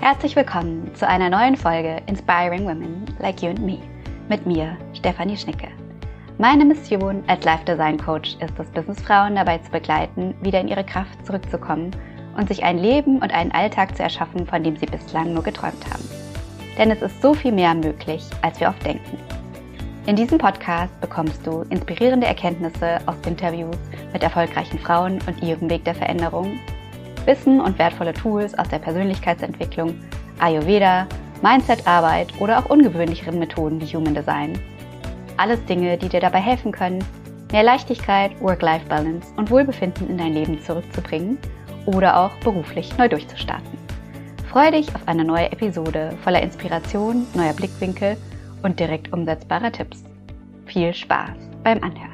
Herzlich willkommen zu einer neuen Folge Inspiring Women Like You and Me mit mir, Stefanie Schnicke. Meine Mission als Life Design Coach ist es, Businessfrauen dabei zu begleiten, wieder in ihre Kraft zurückzukommen und sich ein Leben und einen Alltag zu erschaffen, von dem sie bislang nur geträumt haben. Denn es ist so viel mehr möglich, als wir oft denken. In diesem Podcast bekommst du inspirierende Erkenntnisse aus Interviews mit erfolgreichen Frauen und ihrem Weg der Veränderung, Wissen und wertvolle Tools aus der Persönlichkeitsentwicklung, Ayurveda, Mindset-Arbeit oder auch ungewöhnlicheren Methoden wie Human Design. Alles Dinge, die dir dabei helfen können, mehr Leichtigkeit, Work-Life-Balance und Wohlbefinden in dein Leben zurückzubringen oder auch beruflich neu durchzustarten. Freue dich auf eine neue Episode voller Inspiration, neuer Blickwinkel und direkt umsetzbarer Tipps. Viel Spaß beim Anhören.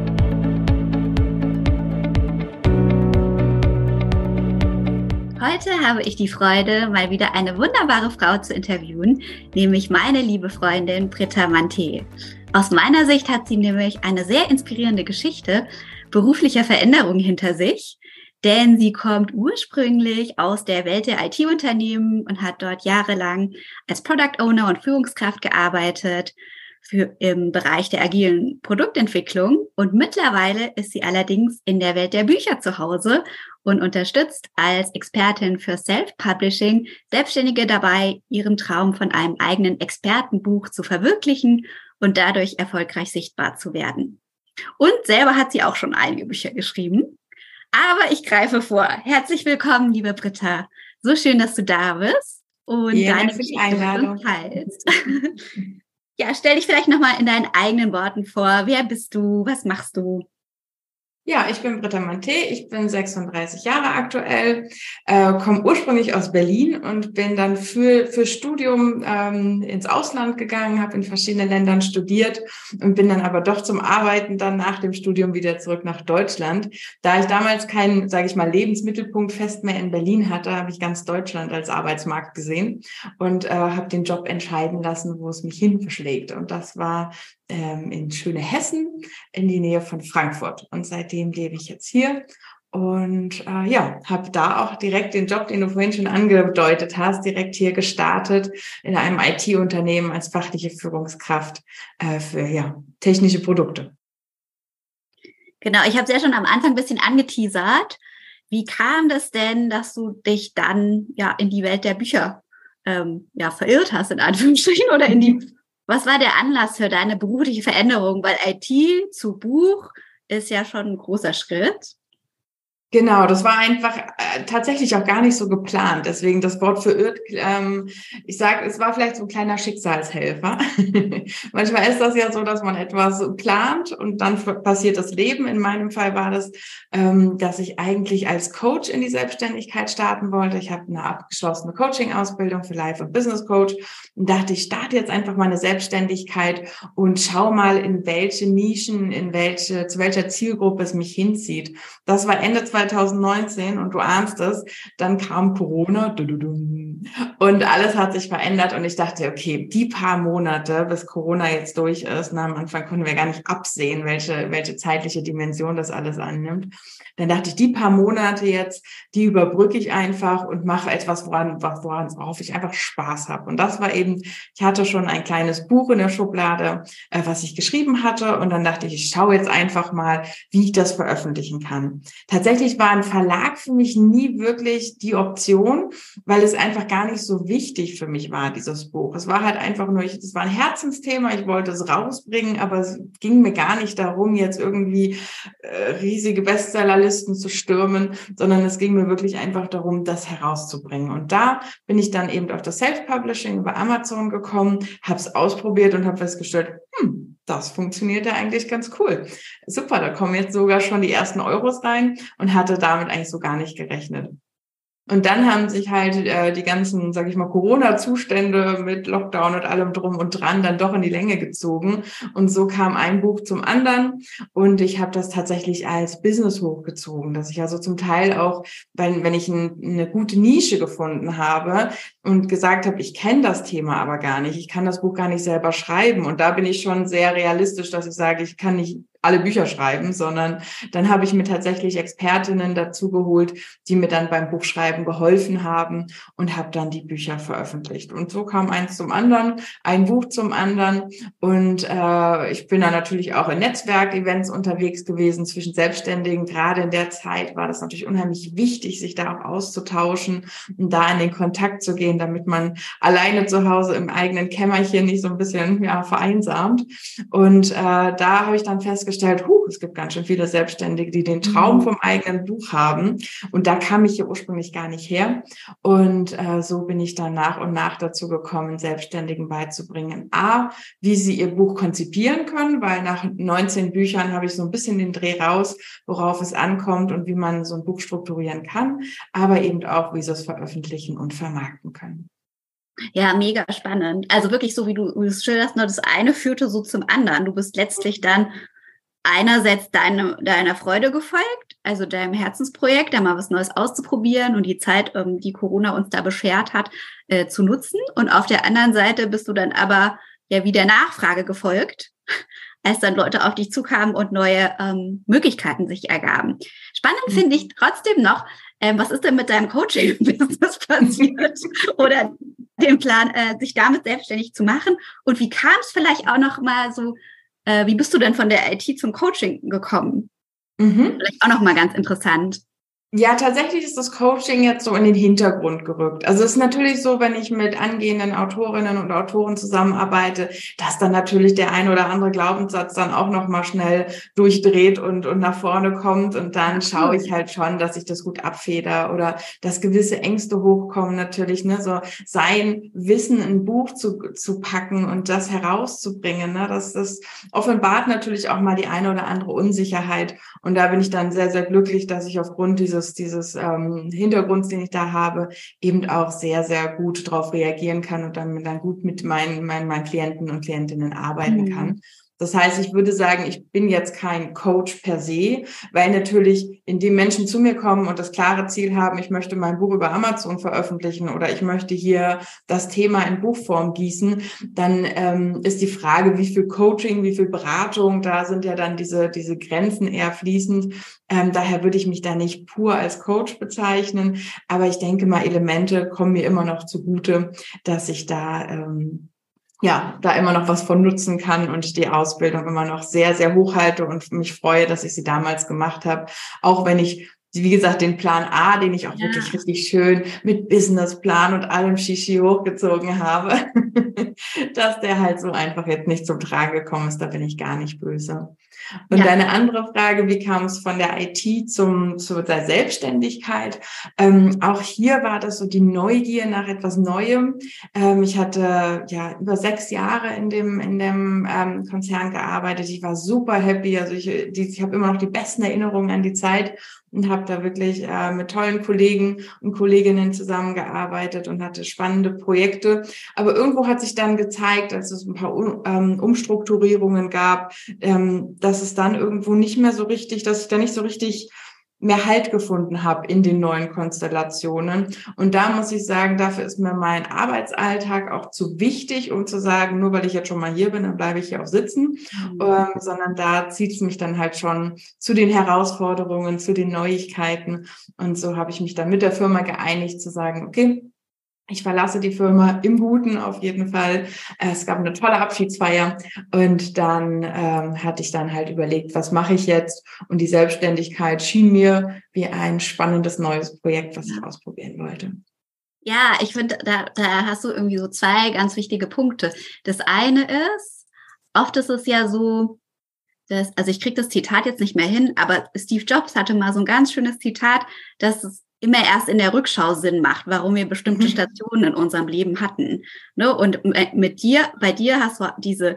Heute habe ich die Freude, mal wieder eine wunderbare Frau zu interviewen, nämlich meine liebe Freundin Britta Manté. Aus meiner Sicht hat sie nämlich eine sehr inspirierende Geschichte beruflicher Veränderung hinter sich, denn sie kommt ursprünglich aus der Welt der IT-Unternehmen und hat dort jahrelang als Product Owner und Führungskraft gearbeitet im Bereich der agilen Produktentwicklung. Und mittlerweile ist sie allerdings in der Welt der Bücher zu Hause und unterstützt als Expertin für Self-Publishing Selbstständige dabei, ihren Traum von einem eigenen Expertenbuch zu verwirklichen und dadurch erfolgreich sichtbar zu werden. Und selber hat sie auch schon einige Bücher geschrieben. Aber ich greife vor. Herzlich willkommen, liebe Britta. So schön, dass du da bist und deine Geschichte mit uns teilst. Ja, stell dich vielleicht nochmal in deinen eigenen Worten vor. Wer bist du? Was machst du? Ja, ich bin Britta Manté, ich bin 36 Jahre aktuell, komme ursprünglich aus Berlin und bin dann für Studium ins Ausland gegangen, habe in verschiedenen Ländern studiert und bin dann aber doch zum Arbeiten dann nach dem Studium wieder zurück nach Deutschland. Da ich damals keinen, sage ich mal, Lebensmittelpunkt fest mehr in Berlin hatte, habe ich ganz Deutschland als Arbeitsmarkt gesehen und habe den Job entscheiden lassen, wo es mich hin verschlägt. Und das war in schöne Hessen, in die Nähe von Frankfurt. Und seitdem lebe ich jetzt hier und habe da auch direkt den Job, den du vorhin schon angedeutet hast, direkt hier gestartet in einem IT-Unternehmen als fachliche Führungskraft für technische Produkte. Genau, ich habe es ja schon am Anfang ein bisschen angeteasert. Wie kam das denn, dass du dich dann in die Welt der Bücher verirrt hast, in Anführungsstrichen, oder was war der Anlass für deine berufliche Veränderung? Weil IT zu Buch ist ja schon ein großer Schritt. Genau, das war einfach tatsächlich auch gar nicht so geplant. Deswegen das Wort verirrt, ich sage, es war vielleicht so ein kleiner Schicksalshelfer. Manchmal ist das ja so, dass man etwas plant und dann passiert das Leben. In meinem Fall war das, dass ich eigentlich als Coach in die Selbstständigkeit starten wollte. Ich habe eine abgeschlossene Coaching-Ausbildung für Life- und Business Coach und dachte, ich starte jetzt einfach mal eine Selbstständigkeit und schau mal, in welche Nischen, zu welcher Zielgruppe es mich hinzieht. Das war Ende 2019 und du ahnst es, dann kam Corona und alles hat sich verändert und ich dachte, okay, die paar Monate, bis Corona jetzt durch ist, am Anfang konnten wir gar nicht absehen, welche zeitliche Dimension das alles annimmt. Dann dachte ich, die paar Monate jetzt, die überbrücke ich einfach und mache etwas, worauf ich einfach Spaß habe. Und das war eben, ich hatte schon ein kleines Buch in der Schublade, was ich geschrieben hatte und dann dachte ich schaue jetzt einfach mal, wie ich das veröffentlichen kann. Tatsächlich war ein Verlag für mich nie wirklich die Option, weil es einfach gar nicht so wichtig für mich war, dieses Buch. Es war halt einfach nur, es war ein Herzensthema, ich wollte es rausbringen, aber es ging mir gar nicht darum, jetzt irgendwie riesige Bestsellerlisten zu stürmen, sondern es ging mir wirklich einfach darum, das herauszubringen. Und da bin ich dann eben auf das Self-Publishing über Amazon gekommen, habe es ausprobiert und habe festgestellt, das funktioniert ja eigentlich ganz cool. Super, da kommen jetzt sogar schon die ersten Euros rein und hatte damit eigentlich so gar nicht gerechnet. Und dann haben sich halt die ganzen, sag ich mal, Corona-Zustände mit Lockdown und allem drum und dran dann doch in die Länge gezogen. Und so kam ein Buch zum anderen. Und ich habe das tatsächlich als Business hochgezogen, dass ich also zum Teil auch, wenn ich eine gute Nische gefunden habe und gesagt habe, ich kenne das Thema aber gar nicht, ich kann das Buch gar nicht selber schreiben. Und da bin ich schon sehr realistisch, dass ich sage, ich kann nicht alle Bücher schreiben, sondern dann habe ich mir tatsächlich Expertinnen dazu geholt, die mir dann beim Buchschreiben geholfen haben und habe dann die Bücher veröffentlicht. Und so kam eins zum anderen, ein Buch zum anderen. Und ich bin dann natürlich auch in Netzwerkevents unterwegs gewesen zwischen Selbstständigen. Gerade in der Zeit war das natürlich unheimlich wichtig, sich da auch auszutauschen und da in den Kontakt zu gehen, damit man alleine zu Hause im eigenen Kämmerchen nicht so ein bisschen vereinsamt. Und da habe ich dann festgestellt, es gibt ganz schön viele Selbstständige, die den Traum vom eigenen Buch haben. Und da kam ich hier ursprünglich gar nicht her. Und so bin ich dann nach und nach dazu gekommen, Selbstständigen beizubringen, wie sie ihr Buch konzipieren können, weil nach 19 Büchern habe ich so ein bisschen den Dreh raus, worauf es ankommt und wie man so ein Buch strukturieren kann, aber eben auch, wie sie es veröffentlichen und vermarkten können. Ja, mega spannend. Also wirklich so, wie du es schilderst, das eine führte so zum anderen. Du bist letztlich dann einerseits deiner Freude gefolgt, also deinem Herzensprojekt, da mal was Neues auszuprobieren und die Zeit, die Corona uns da beschert hat, zu nutzen. Und auf der anderen Seite bist du dann aber ja wie der Nachfrage gefolgt, als dann Leute auf dich zukamen und neue Möglichkeiten sich ergaben. Spannend finde ich trotzdem noch, was ist denn mit deinem Coaching-Business passiert oder dem Plan, sich damit selbstständig zu machen? Und wie kam es vielleicht auch noch mal so, wie bist du denn von der IT zum Coaching gekommen? Vielleicht auch noch mal ganz interessant. Ja, tatsächlich ist das Coaching jetzt so in den Hintergrund gerückt. Also es ist natürlich so, wenn ich mit angehenden Autorinnen und Autoren zusammenarbeite, dass dann natürlich der ein oder andere Glaubenssatz dann auch noch mal schnell durchdreht und nach vorne kommt. Und dann schaue ich halt schon, dass ich das gut abfeder oder dass gewisse Ängste hochkommen natürlich, ne, so sein Wissen in ein Buch zu packen und das herauszubringen, ne, das offenbart natürlich auch mal die eine oder andere Unsicherheit. Und da bin ich dann sehr, sehr glücklich, dass ich aufgrund dieses Hintergrunds, den ich da habe, eben auch sehr, sehr gut darauf reagieren kann und dann gut mit meinen Klienten und Klientinnen arbeiten kann. Das heißt, ich würde sagen, ich bin jetzt kein Coach per se, weil natürlich, indem Menschen zu mir kommen und das klare Ziel haben, ich möchte mein Buch über Amazon veröffentlichen oder ich möchte hier das Thema in Buchform gießen, dann ist die Frage, wie viel Coaching, wie viel Beratung, da sind ja dann diese Grenzen eher fließend. Daher würde ich mich da nicht pur als Coach bezeichnen, aber ich denke mal, Elemente kommen mir immer noch zugute, dass ich da immer noch was von nutzen kann und die Ausbildung immer noch sehr, sehr hoch halte und mich freue, dass ich sie damals gemacht habe. Auch wenn ich, wie gesagt, den Plan A, den ich auch wirklich richtig schön mit Businessplan und allem Shishi hochgezogen habe, dass der halt so einfach jetzt nicht zum Tragen gekommen ist, da bin ich gar nicht böse. Und deine andere Frage, wie kam es von der IT zu der Selbstständigkeit? Auch hier war das so die Neugier nach etwas Neuem. Ich hatte über 6 Jahre in dem Konzern gearbeitet. Ich war super happy. Also ich habe immer noch die besten Erinnerungen an die Zeit und habe da wirklich mit tollen Kollegen und Kolleginnen zusammengearbeitet und hatte spannende Projekte. Aber irgendwo hat sich dann gezeigt, als es ein paar Umstrukturierungen gab, dass es dann irgendwo nicht mehr so richtig, dass ich da nicht so richtig mehr Halt gefunden habe in den neuen Konstellationen. Und da muss ich sagen, dafür ist mir mein Arbeitsalltag auch zu wichtig, um zu sagen, nur weil ich jetzt schon mal hier bin, dann bleibe ich hier auch sitzen, sondern da zieht es mich dann halt schon zu den Herausforderungen, zu den Neuigkeiten. Und so habe ich mich dann mit der Firma geeinigt, zu sagen, okay, ich verlasse die Firma im Guten auf jeden Fall. Es gab eine tolle Abschiedsfeier und dann hatte ich dann halt überlegt, was mache ich jetzt? Und die Selbstständigkeit schien mir wie ein spannendes neues Projekt, was ich ausprobieren wollte. Ja, ich finde, da hast du irgendwie so 2 ganz wichtige Punkte. Das eine ist, oft ist es ja so, also ich kriege das Zitat jetzt nicht mehr hin, aber Steve Jobs hatte mal so ein ganz schönes Zitat, dass es immer erst in der Rückschau Sinn macht, warum wir bestimmte Stationen in unserem Leben hatten. Ne? Und bei dir hast du diese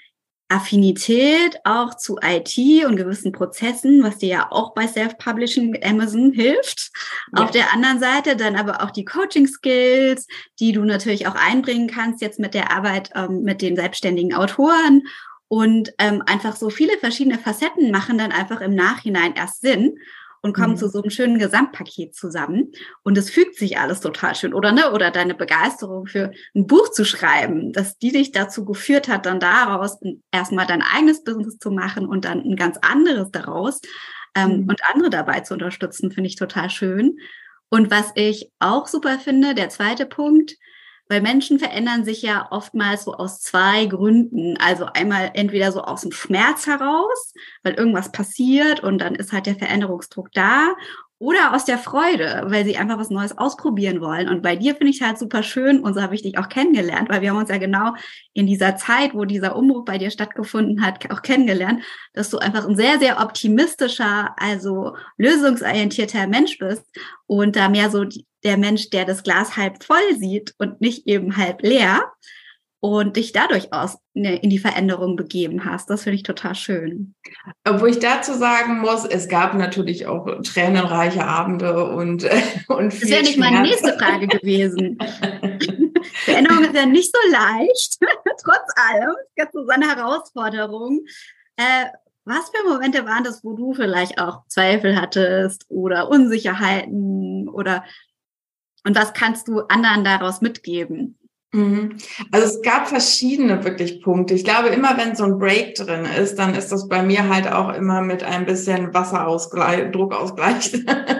Affinität auch zu IT und gewissen Prozessen, was dir ja auch bei Self-Publishing mit Amazon hilft. Ja. Auf der anderen Seite dann aber auch die Coaching-Skills, die du natürlich auch einbringen kannst jetzt mit der Arbeit mit den selbstständigen Autoren. Und einfach so viele verschiedene Facetten machen dann einfach im Nachhinein erst Sinn. und kommen zu so einem schönen Gesamtpaket zusammen. Und es fügt sich alles total schön, oder ne? Oder deine Begeisterung für ein Buch zu schreiben, dass die dich dazu geführt hat, dann daraus erstmal dein eigenes Business zu machen und dann ein ganz anderes daraus und andere dabei zu unterstützen, finde ich total schön. Und was ich auch super finde, der zweite Punkt, weil Menschen verändern sich ja oftmals so aus zwei Gründen. Also einmal entweder so aus dem Schmerz heraus, weil irgendwas passiert und dann ist halt der Veränderungsdruck da. Oder aus der Freude, weil sie einfach was Neues ausprobieren wollen. Und bei dir finde ich halt super schön, und so habe ich dich auch kennengelernt, weil wir haben uns ja genau in dieser Zeit, wo dieser Umbruch bei dir stattgefunden hat, auch kennengelernt, dass du einfach ein sehr, sehr optimistischer, also lösungsorientierter Mensch bist und da mehr so der Mensch, der das Glas halb voll sieht und nicht eben halb leer und dich dadurch in die Veränderung begeben hast. Das finde ich total schön. Obwohl ich dazu sagen muss, es gab natürlich auch tränenreiche Abende und Das viel wäre nicht meine nächste Frage gewesen. Veränderung ist ja nicht so leicht, trotz allem. Es gibt so eine Herausforderung. Was für Momente waren das, wo du vielleicht auch Zweifel hattest oder Unsicherheiten und was kannst du anderen daraus mitgeben? Also es gab verschiedene wirklich Punkte. Ich glaube, immer wenn so ein Break drin ist, dann ist das bei mir halt auch immer mit ein bisschen Wasserausgleich, Druckausgleich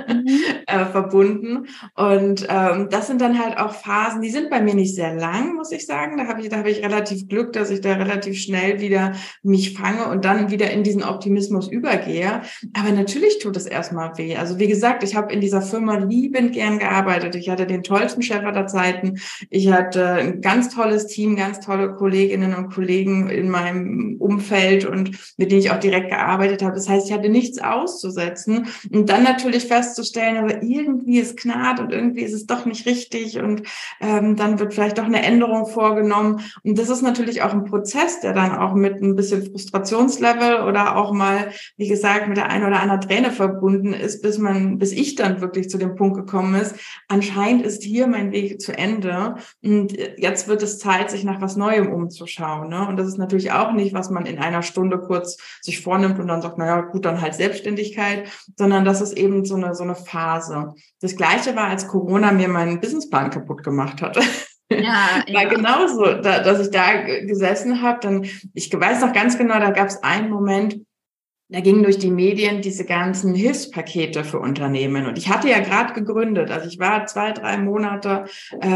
verbunden. Und das sind dann halt auch Phasen, die sind bei mir nicht sehr lang, muss ich sagen. Da habe ich relativ Glück, dass ich da relativ schnell wieder mich fange und dann wieder in diesen Optimismus übergehe. Aber natürlich tut es erstmal weh. Also wie gesagt, ich habe in dieser Firma liebend gern gearbeitet. Ich hatte den tollsten Chef aller Zeiten. Ich hatte ein ganz tolles Team, ganz tolle Kolleginnen und Kollegen in meinem Umfeld und mit denen ich auch direkt gearbeitet habe. Das heißt, ich hatte nichts auszusetzen und dann natürlich festzustellen, aber irgendwie es knarrt und irgendwie ist es doch nicht richtig und dann wird vielleicht doch eine Änderung vorgenommen. Und das ist natürlich auch ein Prozess, der dann auch mit ein bisschen Frustrationslevel oder auch mal, wie gesagt, mit der einen oder anderen Träne verbunden ist, bis ich dann wirklich zu dem Punkt gekommen ist, anscheinend ist hier mein Weg zu Ende und jetzt wird es Zeit, sich nach was Neuem umzuschauen. Ne? Und das ist natürlich auch nicht, was man in einer Stunde kurz sich vornimmt und dann sagt, naja, gut, dann halt Selbstständigkeit, sondern das ist eben so eine Phase. Das Gleiche war, als Corona mir meinen Businessplan kaputt gemacht hat. Ja, war genauso, dass ich da gesessen habe. Ich weiß noch ganz genau, da gab es einen Moment, da gingen durch die Medien diese ganzen Hilfspakete für Unternehmen. Und ich hatte ja gerade gegründet. Also ich war 2-3 Monate,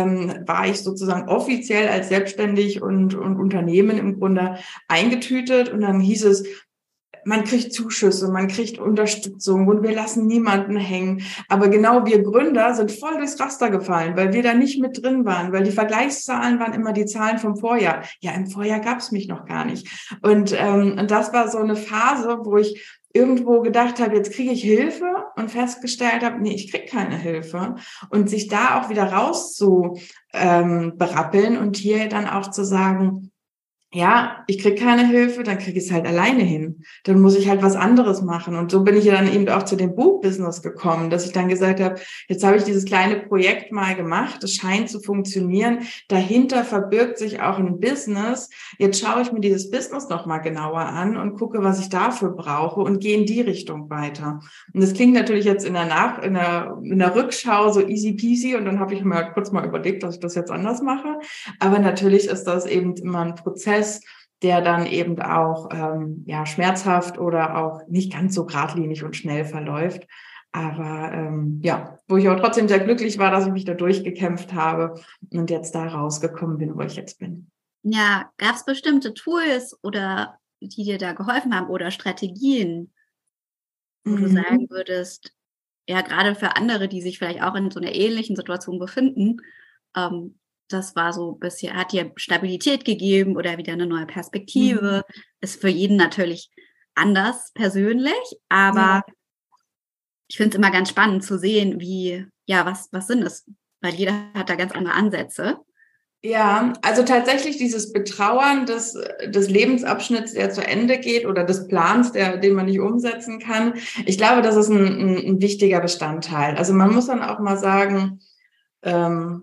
war ich sozusagen offiziell als selbstständig und Unternehmen im Grunde eingetütet. Und dann hieß es, man kriegt Zuschüsse, man kriegt Unterstützung und wir lassen niemanden hängen. Aber genau wir Gründer sind voll durchs Raster gefallen, weil wir da nicht mit drin waren, weil die Vergleichszahlen waren immer die Zahlen vom Vorjahr. Ja, im Vorjahr gab es mich noch gar nicht. Und das war so eine Phase, wo ich irgendwo gedacht habe, jetzt kriege ich Hilfe und festgestellt habe, nee, ich kriege keine Hilfe. Und sich da auch wieder raus zu berappeln und hier dann auch zu sagen, ja, ich krieg keine Hilfe, dann kriege ich es halt alleine hin. Dann muss ich halt was anderes machen. Und so bin ich ja dann eben auch zu dem Buchbusiness gekommen, dass ich dann gesagt habe, jetzt habe ich dieses kleine Projekt mal gemacht, es scheint zu funktionieren. Dahinter verbirgt sich auch ein Business. Jetzt schaue ich mir dieses Business noch mal genauer an und gucke, was ich dafür brauche und gehe in die Richtung weiter. Und das klingt natürlich jetzt in der Rückschau so easy peasy und dann habe ich mir kurz mal überlegt, dass ich das jetzt anders mache. Aber natürlich ist das eben immer ein Prozess, der dann eben auch schmerzhaft oder auch nicht ganz so geradlinig und schnell verläuft. Aber wo ich auch trotzdem sehr glücklich war, dass ich mich da durchgekämpft habe und jetzt da rausgekommen bin, wo ich jetzt bin. Ja, gab es bestimmte Tools oder die dir da geholfen haben oder Strategien, wo du sagen würdest, ja, gerade für andere, die sich vielleicht auch in so einer ähnlichen Situation befinden, das war so bisher, hat dir Stabilität gegeben oder wieder eine neue Perspektive. Ist für jeden natürlich anders persönlich, aber ich finde es immer ganz spannend zu sehen, was sind es? Weil jeder hat da ganz andere Ansätze. Ja, also tatsächlich dieses Betrauern des Lebensabschnitts, der zu Ende geht oder des Plans, den man nicht umsetzen kann. Ich glaube, das ist ein wichtiger Bestandteil. Also man muss dann auch mal sagen,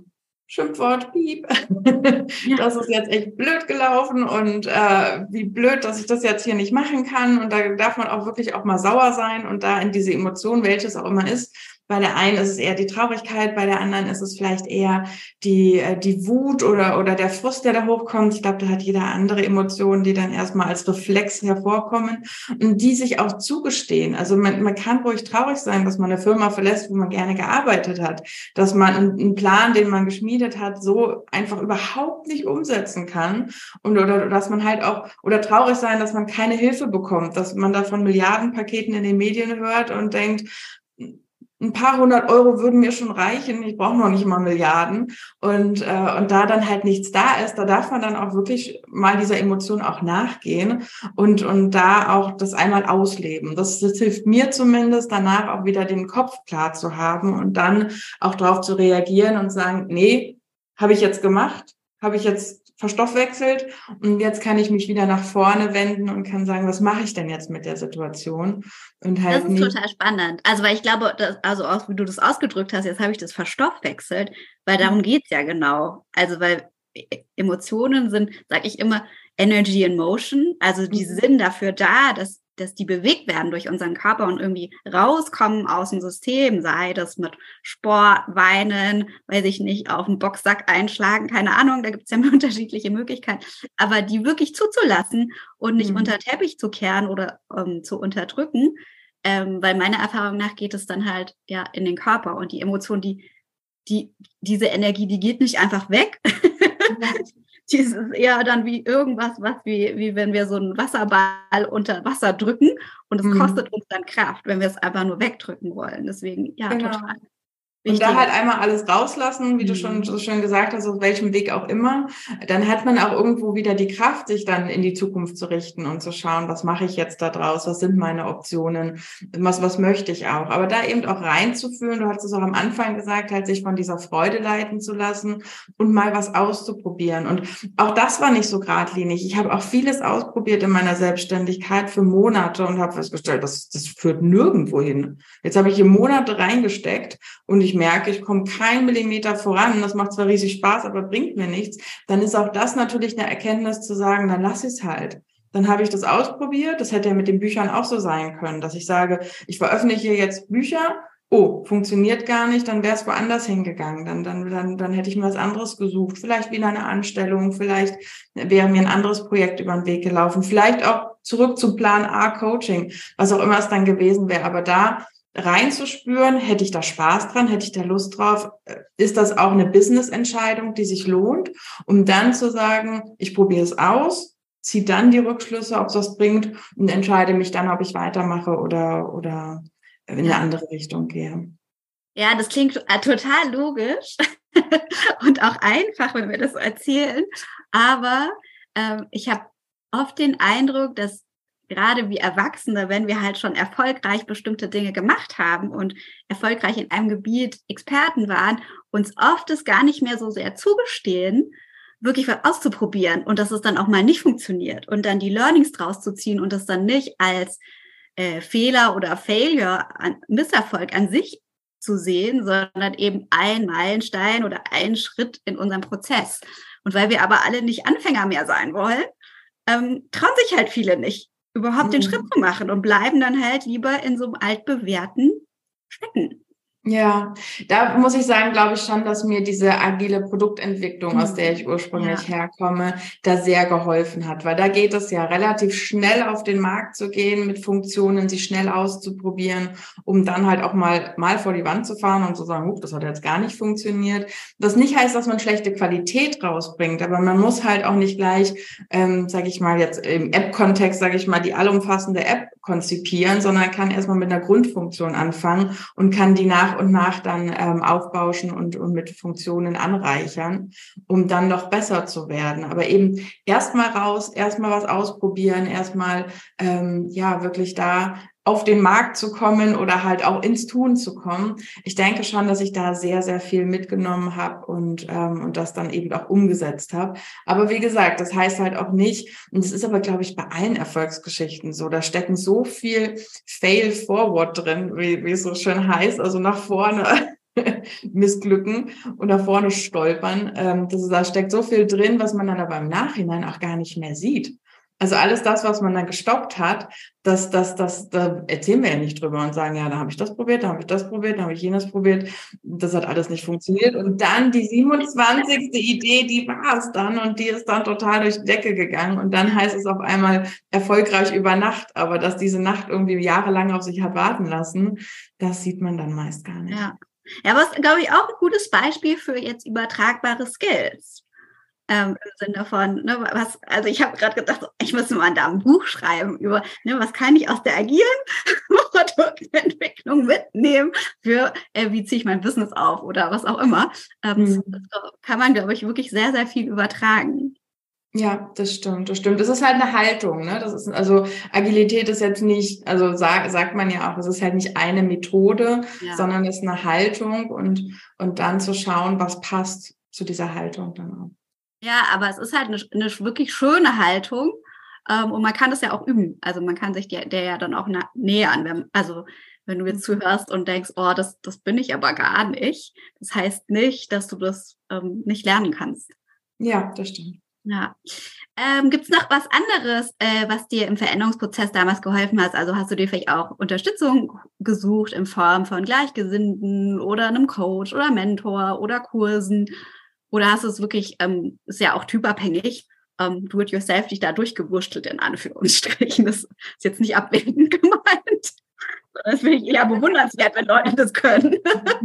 Schimpfwort, piep, Ja. das ist jetzt echt blöd gelaufen und wie blöd, dass ich das jetzt hier nicht machen kann. Und da darf man auch wirklich auch mal sauer sein und da in diese Emotion, welches auch immer ist. Bei der einen ist es eher die Traurigkeit, bei der anderen ist es vielleicht eher die Wut oder der Frust, der da hochkommt. Ich glaube, da hat jeder andere Emotionen, die dann erstmal als Reflex hervorkommen und die sich auch zugestehen. Also man kann ruhig traurig sein, dass man eine Firma verlässt, wo man gerne gearbeitet hat, dass man einen Plan, den man geschmiedet hat, so einfach überhaupt nicht umsetzen kann oder dass man halt auch, oder traurig sein, dass man keine Hilfe bekommt, dass man da von Milliardenpaketen in den Medien hört und denkt, ein paar 100 € würden mir schon reichen. Ich brauche noch nicht mal Milliarden. Und da dann halt nichts da ist, da darf man dann auch wirklich mal dieser Emotion auch nachgehen und da auch das einmal ausleben. Das hilft mir zumindest, danach auch wieder den Kopf klar zu haben und dann auch darauf zu reagieren und sagen, nee, habe ich jetzt gemacht, habe ich jetzt verstoffwechselt und jetzt kann ich mich wieder nach vorne wenden und kann sagen, was mache ich denn jetzt mit der Situation? Und halt Das ist nicht. total spannend. Also, weil ich glaube, wie du das ausgedrückt hast, jetzt habe ich das verstoffwechselt, weil darum geht's ja genau. Also, weil Emotionen sind, sage ich immer, Energy in Motion. Also, die sind dafür da, dass die bewegt werden durch unseren Körper und irgendwie rauskommen aus dem System, sei das mit Sport, Weinen, weiß ich nicht, auf den Boxsack einschlagen, keine Ahnung, da gibt's ja unterschiedliche Möglichkeiten, aber die wirklich zuzulassen und nicht unter Teppich zu kehren oder zu unterdrücken, weil meiner Erfahrung nach geht es dann halt ja in den Körper und die Emotion, diese Energie, die geht nicht einfach weg. Die ist eher dann wie irgendwas, wie wenn wir so einen Wasserball unter Wasser drücken und es kostet uns dann Kraft, wenn wir es einfach nur wegdrücken wollen. Deswegen, ja, Genau. total. Und da halt einmal alles rauslassen, wie du schon so schön gesagt hast, auf welchem Weg auch immer. Dann hat man auch irgendwo wieder die Kraft, sich dann in die Zukunft zu richten und zu schauen, was mache ich jetzt da draus, was sind meine Optionen, was möchte ich auch. Aber da eben auch reinzuführen, du hast es auch am Anfang gesagt, halt sich von dieser Freude leiten zu lassen und mal was auszuprobieren. Und auch das war nicht so geradlinig. Ich habe auch vieles ausprobiert in meiner Selbstständigkeit für Monate und habe festgestellt, das führt nirgendwo hin. Jetzt habe ich hier Monate reingesteckt und ich merke, ich komme keinen Millimeter voran, das macht zwar riesig Spaß, aber bringt mir nichts, dann ist auch das natürlich eine Erkenntnis zu sagen, dann lass ich es halt. Dann habe ich das ausprobiert, das hätte ja mit den Büchern auch so sein können, dass ich sage, ich veröffentliche jetzt Bücher, oh, funktioniert gar nicht, dann wäre es woanders hingegangen, dann hätte ich mir was anderes gesucht, vielleicht wieder eine Anstellung, vielleicht wäre mir ein anderes Projekt über den Weg gelaufen, vielleicht auch zurück zum Plan A Coaching, was auch immer es dann gewesen wäre, aber da reinzuspüren, hätte ich da Spaß dran, hätte ich da Lust drauf, ist das auch eine Business-Entscheidung, die sich lohnt, um dann zu sagen, ich probiere es aus, ziehe dann die Rückschlüsse, ob es was bringt und entscheide mich dann, ob ich weitermache oder in eine andere Richtung gehe. Ja, das klingt total logisch und auch einfach, wenn wir das so erzählen, aber ich habe oft den Eindruck, dass gerade wie Erwachsene, wenn wir halt schon erfolgreich bestimmte Dinge gemacht haben und erfolgreich in einem Gebiet Experten waren, uns oft es gar nicht mehr so sehr zugestehen, wirklich was auszuprobieren und dass es dann auch mal nicht funktioniert und dann die Learnings draus zu ziehen und das dann nicht als Fehler oder Failure, Misserfolg an sich zu sehen, sondern eben ein Meilenstein oder ein Schritt in unserem Prozess. Und weil wir aber alle nicht Anfänger mehr sein wollen, trauen sich halt viele nicht, überhaupt den Schritt zu machen und bleiben dann halt lieber in so einem altbewährten stecken. Ja, da muss ich sagen, glaube ich schon, dass mir diese agile Produktentwicklung, aus der ich ursprünglich herkomme, da sehr geholfen hat, weil da geht es ja relativ schnell auf den Markt zu gehen mit Funktionen, sie schnell auszuprobieren, um dann halt auch mal vor die Wand zu fahren und zu sagen, das hat jetzt gar nicht funktioniert. Was nicht heißt, dass man schlechte Qualität rausbringt, aber man muss halt auch nicht gleich, sage ich mal jetzt im App-Kontext, sage ich mal, die allumfassende App konzipieren, sondern kann erstmal mit einer Grundfunktion anfangen und kann die nach und nach dann aufbauschen und mit Funktionen anreichern, um dann noch besser zu werden. Aber eben erstmal raus, erstmal was ausprobieren, erstmal wirklich da auf den Markt zu kommen oder halt auch ins Tun zu kommen. Ich denke schon, dass ich da sehr, sehr viel mitgenommen habe und das dann eben auch umgesetzt habe. Aber wie gesagt, das heißt halt auch nicht, und das ist aber, glaube ich, bei allen Erfolgsgeschichten so, da stecken so viel Fail-Forward drin, wie es so schön heißt, also nach vorne missglücken und nach vorne stolpern. Da steckt so viel drin, was man dann aber im Nachhinein auch gar nicht mehr sieht. Also alles das, was man dann gestoppt hat, da erzählen wir ja nicht drüber und sagen, ja, da habe ich das probiert, da habe ich das probiert, da habe ich jenes probiert. Das hat alles nicht funktioniert. Und dann die 27. Idee, die war es dann und die ist dann total durch die Decke gegangen. Und dann heißt es auf einmal erfolgreich über Nacht. Aber dass diese Nacht irgendwie jahrelang auf sich hat warten lassen, das sieht man dann meist gar nicht. Ja, aber es ist, glaube ich, auch ein gutes Beispiel für jetzt übertragbare Skills. Im Sinne von, ne, also ich habe gerade gedacht, ich muss mal da ein Buch schreiben über, ne, was kann ich aus der agilen Produktentwicklung mitnehmen für, wie ziehe ich mein Business auf oder was auch immer. Das kann man, glaube ich, wirklich sehr, sehr viel übertragen. Ja, das stimmt. Das ist halt eine Haltung, ne? Das ist, also Agilität ist jetzt nicht, also sagt man ja auch, es ist halt nicht eine Methode, sondern es ist eine Haltung und dann zu schauen, was passt zu dieser Haltung dann auch. Ja, aber es ist halt eine wirklich schöne Haltung und man kann das ja auch üben. Also man kann sich der ja dann auch nähern. Wenn du jetzt zuhörst und denkst, oh, das bin ich aber gar nicht. Das heißt nicht, dass du das nicht lernen kannst. Ja, das stimmt. Ja. Gibt es noch was anderes, was dir im Veränderungsprozess damals geholfen hat? Also hast du dir vielleicht auch Unterstützung gesucht in Form von Gleichgesinnten oder einem Coach oder Mentor oder Kursen? Oder hast du es wirklich, ist ja auch typabhängig, do it yourself, dich da durchgewurschtelt, in Anführungsstrichen. Das ist jetzt nicht abwertend gemeint. Das finde ich eher bewundernswert, wenn Leute das können.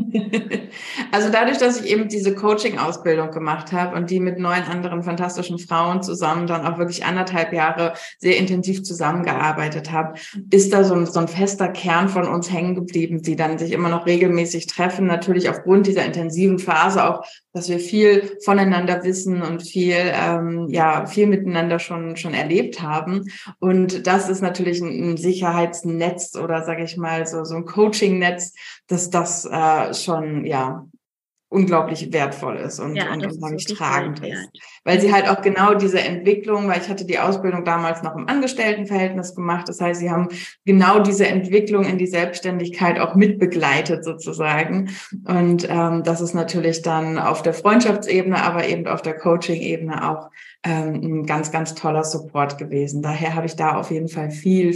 Also dadurch, dass ich eben diese Coaching-Ausbildung gemacht habe und die mit 9 anderen fantastischen Frauen zusammen dann auch wirklich 1,5 Jahre sehr intensiv zusammengearbeitet habe, ist da so ein fester Kern von uns hängen geblieben, die dann sich immer noch regelmäßig treffen. Natürlich aufgrund dieser intensiven Phase auch, dass wir viel voneinander wissen und viel miteinander schon erlebt haben. Und das ist natürlich ein Sicherheitsnetz oder sage ich mal so ein Coaching-Netz, dass das schon unglaublich wertvoll ist und unheimlich tragend ist. Weil sie halt auch genau diese Entwicklung, weil ich hatte die Ausbildung damals noch im Angestelltenverhältnis gemacht, das heißt, sie haben genau diese Entwicklung in die Selbstständigkeit auch mitbegleitet sozusagen. Und das ist natürlich dann auf der Freundschaftsebene, aber eben auf der Coaching-Ebene auch ein ganz, ganz toller Support gewesen. Daher habe ich da auf jeden Fall viel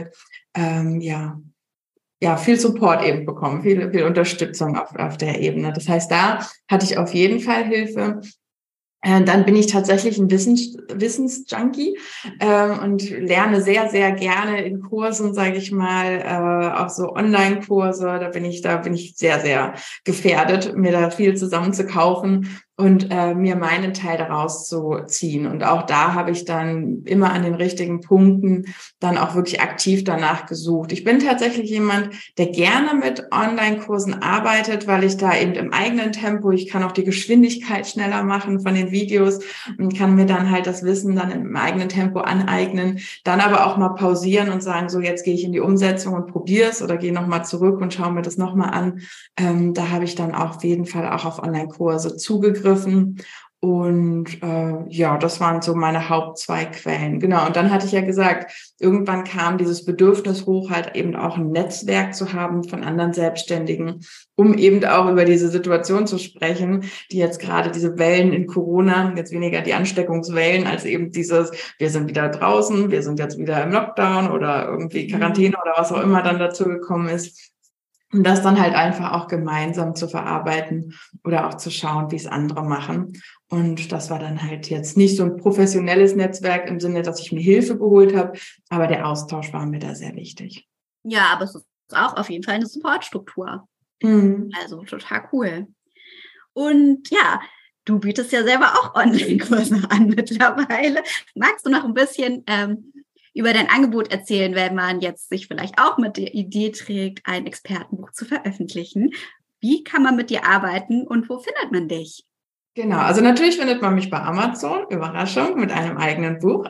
Support eben bekommen, viel Unterstützung auf der Ebene. Das heißt, da hatte ich auf jeden Fall Hilfe. Dann bin ich tatsächlich ein Wissensjunkie und lerne sehr, sehr gerne in Kursen, sage ich mal, auch so Online-Kurse. Da bin ich sehr, sehr gefährdet, mir da viel zusammenzukaufen und mir meinen Teil daraus zu ziehen. Und auch da habe ich dann immer an den richtigen Punkten dann auch wirklich aktiv danach gesucht. Ich bin tatsächlich jemand, der gerne mit Online-Kursen arbeitet, weil ich da eben im eigenen Tempo, ich kann auch die Geschwindigkeit schneller machen von den Videos und kann mir dann halt das Wissen dann im eigenen Tempo aneignen, dann aber auch mal pausieren und sagen, so jetzt gehe ich in die Umsetzung und probiere es oder gehe nochmal zurück und schaue mir das nochmal an. Da habe ich dann auf jeden Fall auch auf Online-Kurse zugegriffen. Und das waren so meine 2 Quellen. Genau, und dann hatte ich ja gesagt, irgendwann kam dieses Bedürfnis hoch, halt eben auch ein Netzwerk zu haben von anderen Selbstständigen, um eben auch über diese Situation zu sprechen, die jetzt gerade diese Wellen in Corona, jetzt weniger die Ansteckungswellen, als eben dieses, wir sind wieder draußen, wir sind jetzt wieder im Lockdown oder irgendwie Quarantäne oder was auch immer dann dazu gekommen ist. Und das dann halt einfach auch gemeinsam zu verarbeiten oder auch zu schauen, wie es andere machen. Und das war dann halt jetzt nicht so ein professionelles Netzwerk im Sinne, dass ich mir Hilfe geholt habe, aber der Austausch war mir da sehr wichtig. Ja, aber es ist auch auf jeden Fall eine Supportstruktur. Also total cool. Und ja, du bietest ja selber auch Online-Kurse an mittlerweile. Magst du noch ein bisschen über dein Angebot erzählen, wenn man jetzt sich vielleicht auch mit der Idee trägt, ein Expertenbuch zu veröffentlichen? Wie kann man mit dir arbeiten und wo findet man dich? Genau, also natürlich findet man mich bei Amazon, Überraschung, mit einem eigenen Buch.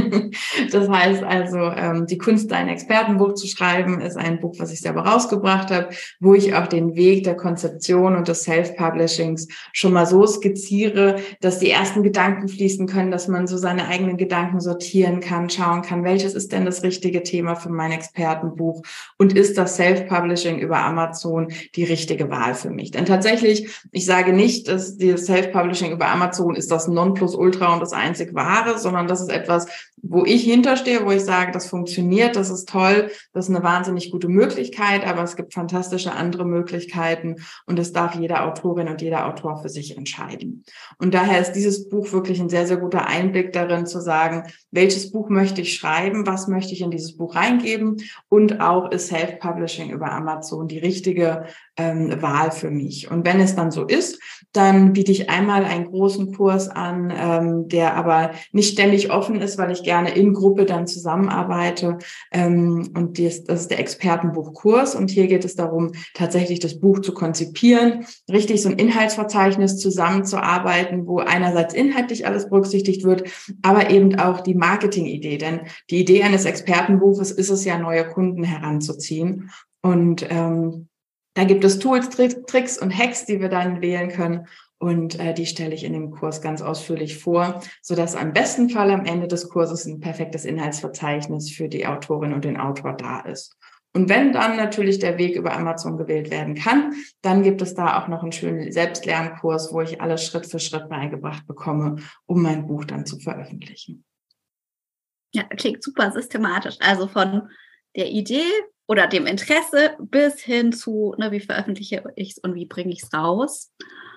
Das heißt also, die Kunst, ein Expertenbuch zu schreiben, ist ein Buch, was ich selber rausgebracht habe, wo ich auch den Weg der Konzeption und des Self-Publishings schon mal so skizziere, dass die ersten Gedanken fließen können, dass man so seine eigenen Gedanken sortieren kann, schauen kann, welches ist denn das richtige Thema für mein Expertenbuch und ist das Self-Publishing über Amazon die richtige Wahl für mich? Denn tatsächlich, ich sage nicht, dass die Self-Publishing über Amazon ist das Nonplusultra und das einzig Wahre, sondern das ist etwas, wo ich hinterstehe, wo ich sage, das funktioniert, das ist toll, das ist eine wahnsinnig gute Möglichkeit, aber es gibt fantastische andere Möglichkeiten und das darf jede Autorin und jeder Autor für sich entscheiden. Und daher ist dieses Buch wirklich ein sehr, sehr guter Einblick darin zu sagen, welches Buch möchte ich schreiben, was möchte ich in dieses Buch reingeben und auch ist Self-Publishing über Amazon die richtige Wahl für mich. Und wenn es dann so ist, dann biete ich einmal einen großen Kurs an, der aber nicht ständig offen ist, weil ich gerne in Gruppe dann zusammenarbeite. Und das ist der Expertenbuchkurs. Und hier geht es darum, tatsächlich das Buch zu konzipieren, richtig so ein Inhaltsverzeichnis zusammenzuarbeiten, wo einerseits inhaltlich alles berücksichtigt wird, aber eben auch die Marketingidee. Denn die Idee eines Expertenbuches ist es ja, neue Kunden heranzuziehen. Und da gibt es Tools, Tricks und Hacks, die wir dann wählen können. Und die stelle ich in dem Kurs ganz ausführlich vor, sodass am besten Fall am Ende des Kurses ein perfektes Inhaltsverzeichnis für die Autorin und den Autor da ist. Und wenn dann natürlich der Weg über Amazon gewählt werden kann, dann gibt es da auch noch einen schönen Selbstlernkurs, wo ich alles Schritt für Schritt beigebracht bekomme, um mein Buch dann zu veröffentlichen. Ja, klingt super systematisch. Also von der Idee oder dem Interesse bis hin zu, wie veröffentliche ich es und wie bringe ich es raus.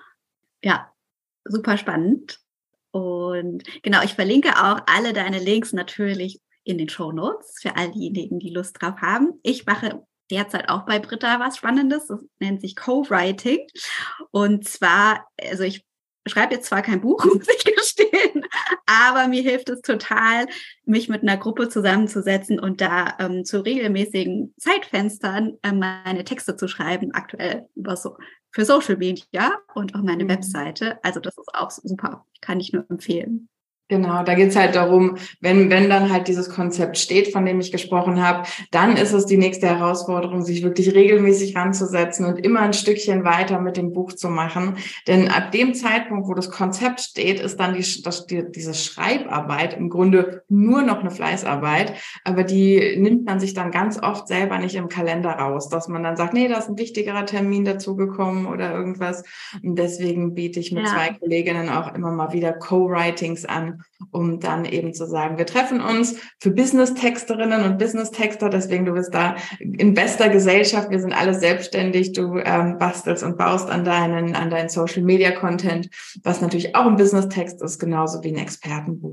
Ja, super spannend. Und genau, ich verlinke auch alle deine Links natürlich in den Shownotes für all diejenigen, die Lust drauf haben. Ich mache derzeit auch bei Britta was Spannendes. Das nennt sich Co-Writing. Und zwar, also ich schreibe jetzt zwar kein Buch, muss ich gestehen, aber mir hilft es total, mich mit einer Gruppe zusammenzusetzen und da zu regelmäßigen Zeitfenstern meine Texte zu schreiben, aktuell für Social Media und auch meine Webseite. Also das ist auch super, kann ich nur empfehlen. Genau, da geht's halt darum, wenn dann halt dieses Konzept steht, von dem ich gesprochen habe, dann ist es die nächste Herausforderung, sich wirklich regelmäßig ranzusetzen und immer ein Stückchen weiter mit dem Buch zu machen. Denn ab dem Zeitpunkt, wo das Konzept steht, ist dann diese Schreibarbeit im Grunde nur noch eine Fleißarbeit, aber die nimmt man sich dann ganz oft selber nicht im Kalender raus, dass man dann sagt, nee, da ist ein wichtigerer Termin dazugekommen oder irgendwas. Und deswegen biete ich mit 2 Kolleginnen auch immer mal wieder Co-Writings an, um dann eben zu sagen, wir treffen uns für Business-Texterinnen und Business-Texter, deswegen du bist da in bester Gesellschaft, wir sind alle selbstständig, du bastelst und baust an deinen Social-Media-Content, was natürlich auch ein Business-Text ist, genauso wie ein Expertenbuch.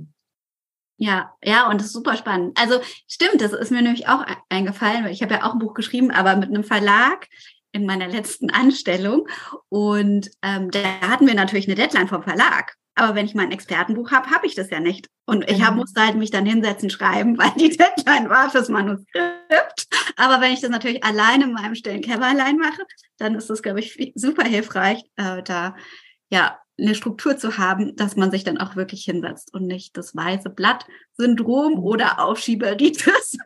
Ja, und das ist super spannend. Also stimmt, das ist mir nämlich auch eingefallen, weil ich habe ja auch ein Buch geschrieben, aber mit einem Verlag in meiner letzten Anstellung und da hatten wir natürlich eine Deadline vom Verlag. Aber wenn ich mein Expertenbuch habe, habe ich das ja nicht. Und ich musste halt mich dann hinsetzen, schreiben, weil die Deadline war fürs Manuskript. Aber wenn ich das natürlich alleine in meinem stillen Kämmerlein mache, dann ist das, glaube ich, super hilfreich, da eine Struktur zu haben, dass man sich dann auch wirklich hinsetzt und nicht das weiße Blatt-Syndrom oder Aufschieberitis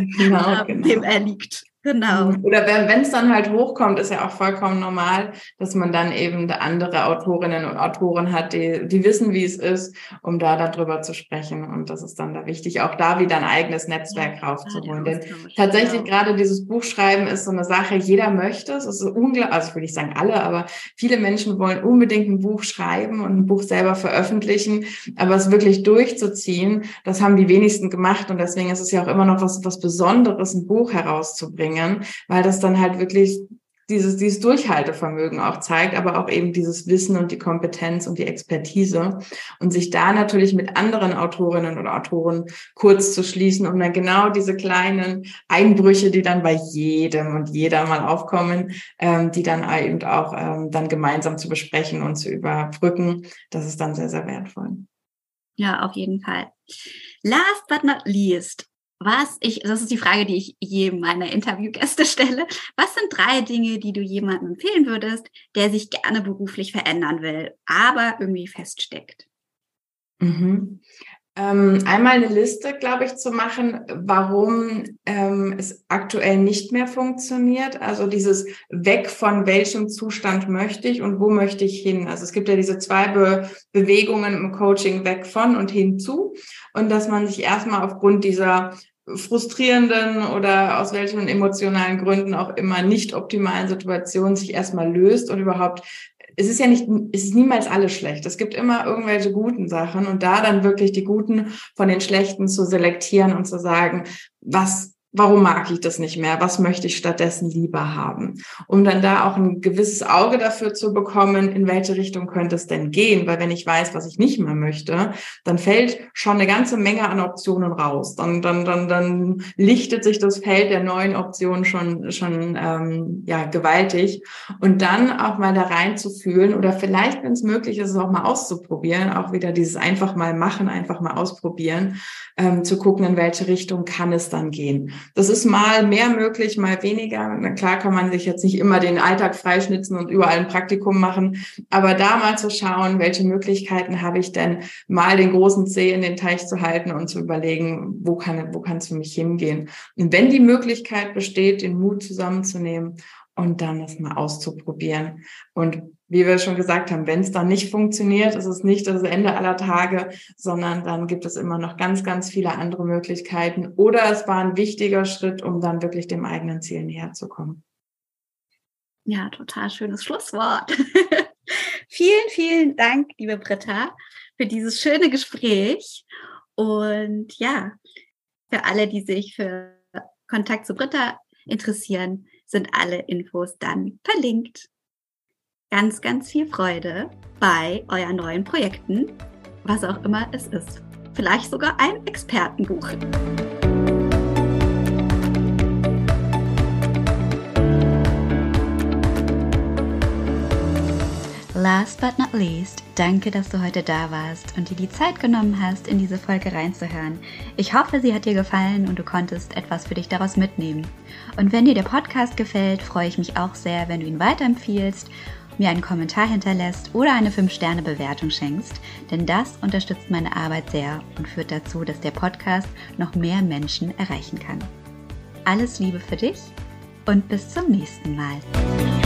dem erliegt. Genau. Oder wenn es dann halt hochkommt, ist ja auch vollkommen normal, dass man dann eben andere Autorinnen und Autoren hat, die wissen, wie es ist, um da darüber zu sprechen. Und das ist dann da wichtig, auch da wieder ein eigenes Netzwerk raufzuholen. Denn tatsächlich gerade dieses Buchschreiben ist so eine Sache, jeder möchte es. Es ist unglaublich, also ich will nicht sagen alle, aber viele Menschen wollen unbedingt ein Buch schreiben und ein Buch selber veröffentlichen. Aber es wirklich durchzuziehen, das haben die wenigsten gemacht. Und deswegen ist es ja auch immer noch was Besonderes, ein Buch herauszubringen, weil das dann halt wirklich dieses Durchhaltevermögen auch zeigt, aber auch eben dieses Wissen und die Kompetenz und die Expertise und sich da natürlich mit anderen Autorinnen und Autoren kurz zu schließen, um dann genau diese kleinen Einbrüche, die dann bei jedem und jeder mal aufkommen, die dann eben auch dann gemeinsam zu besprechen und zu überbrücken. Das ist dann sehr, sehr wertvoll. Ja, auf jeden Fall. Last but not least, das ist die Frage, die ich jedem meiner Interviewgäste stelle. Was sind 3 Dinge, die du jemandem empfehlen würdest, der sich gerne beruflich verändern will, aber irgendwie feststeckt? Einmal eine Liste, glaube ich, zu machen, warum es aktuell nicht mehr funktioniert. Also dieses weg von welchem Zustand möchte ich und wo möchte ich hin. Also es gibt ja diese 2 Bewegungen im Coaching, weg von und hinzu. Und dass man sich erstmal aufgrund dieser frustrierenden oder aus welchen emotionalen Gründen auch immer nicht optimalen Situationen sich erstmal löst und überhaupt, es ist niemals alles schlecht. Es gibt immer irgendwelche guten Sachen und da dann wirklich die guten von den schlechten zu selektieren und zu sagen, warum mag ich das nicht mehr? Was möchte ich stattdessen lieber haben? Um dann da auch ein gewisses Auge dafür zu bekommen, in welche Richtung könnte es denn gehen? Weil wenn ich weiß, was ich nicht mehr möchte, dann fällt schon eine ganze Menge an Optionen raus. Dann lichtet sich das Feld der neuen Optionen schon gewaltig. Und dann auch mal da reinzufühlen oder vielleicht, wenn es möglich ist, es auch mal auszuprobieren, auch wieder dieses einfach mal machen, einfach mal ausprobieren, zu gucken, in welche Richtung kann es dann gehen. Das ist mal mehr möglich, mal weniger. Na klar kann man sich jetzt nicht immer den Alltag freischnitzen und überall ein Praktikum machen, aber da mal zu schauen, welche Möglichkeiten habe ich denn, mal den großen Zeh in den Teich zu halten und zu überlegen, wo kann es für mich hingehen. Und wenn die Möglichkeit besteht, den Mut zusammenzunehmen und dann das mal auszuprobieren. Und wie wir schon gesagt haben, wenn es dann nicht funktioniert, ist es nicht das Ende aller Tage, sondern dann gibt es immer noch ganz, ganz viele andere Möglichkeiten. Oder es war ein wichtiger Schritt, um dann wirklich dem eigenen Ziel näher zu kommen. Ja, total schönes Schlusswort. Vielen, vielen Dank, liebe Britta, für dieses schöne Gespräch. Und ja, für alle, die sich für Kontakt zu Britta interessieren, sind alle Infos dann verlinkt. Ganz, ganz viel Freude bei euren neuen Projekten, was auch immer es ist. Vielleicht sogar ein Expertenbuch. Last but not least, danke, dass du heute da warst und dir die Zeit genommen hast, in diese Folge reinzuhören. Ich hoffe, sie hat dir gefallen und du konntest etwas für dich daraus mitnehmen. Und wenn dir der Podcast gefällt, freue ich mich auch sehr, wenn du ihn weiterempfiehlst, mir einen Kommentar hinterlässt oder eine 5-Sterne-Bewertung schenkst, denn das unterstützt meine Arbeit sehr und führt dazu, dass der Podcast noch mehr Menschen erreichen kann. Alles Liebe für dich und bis zum nächsten Mal.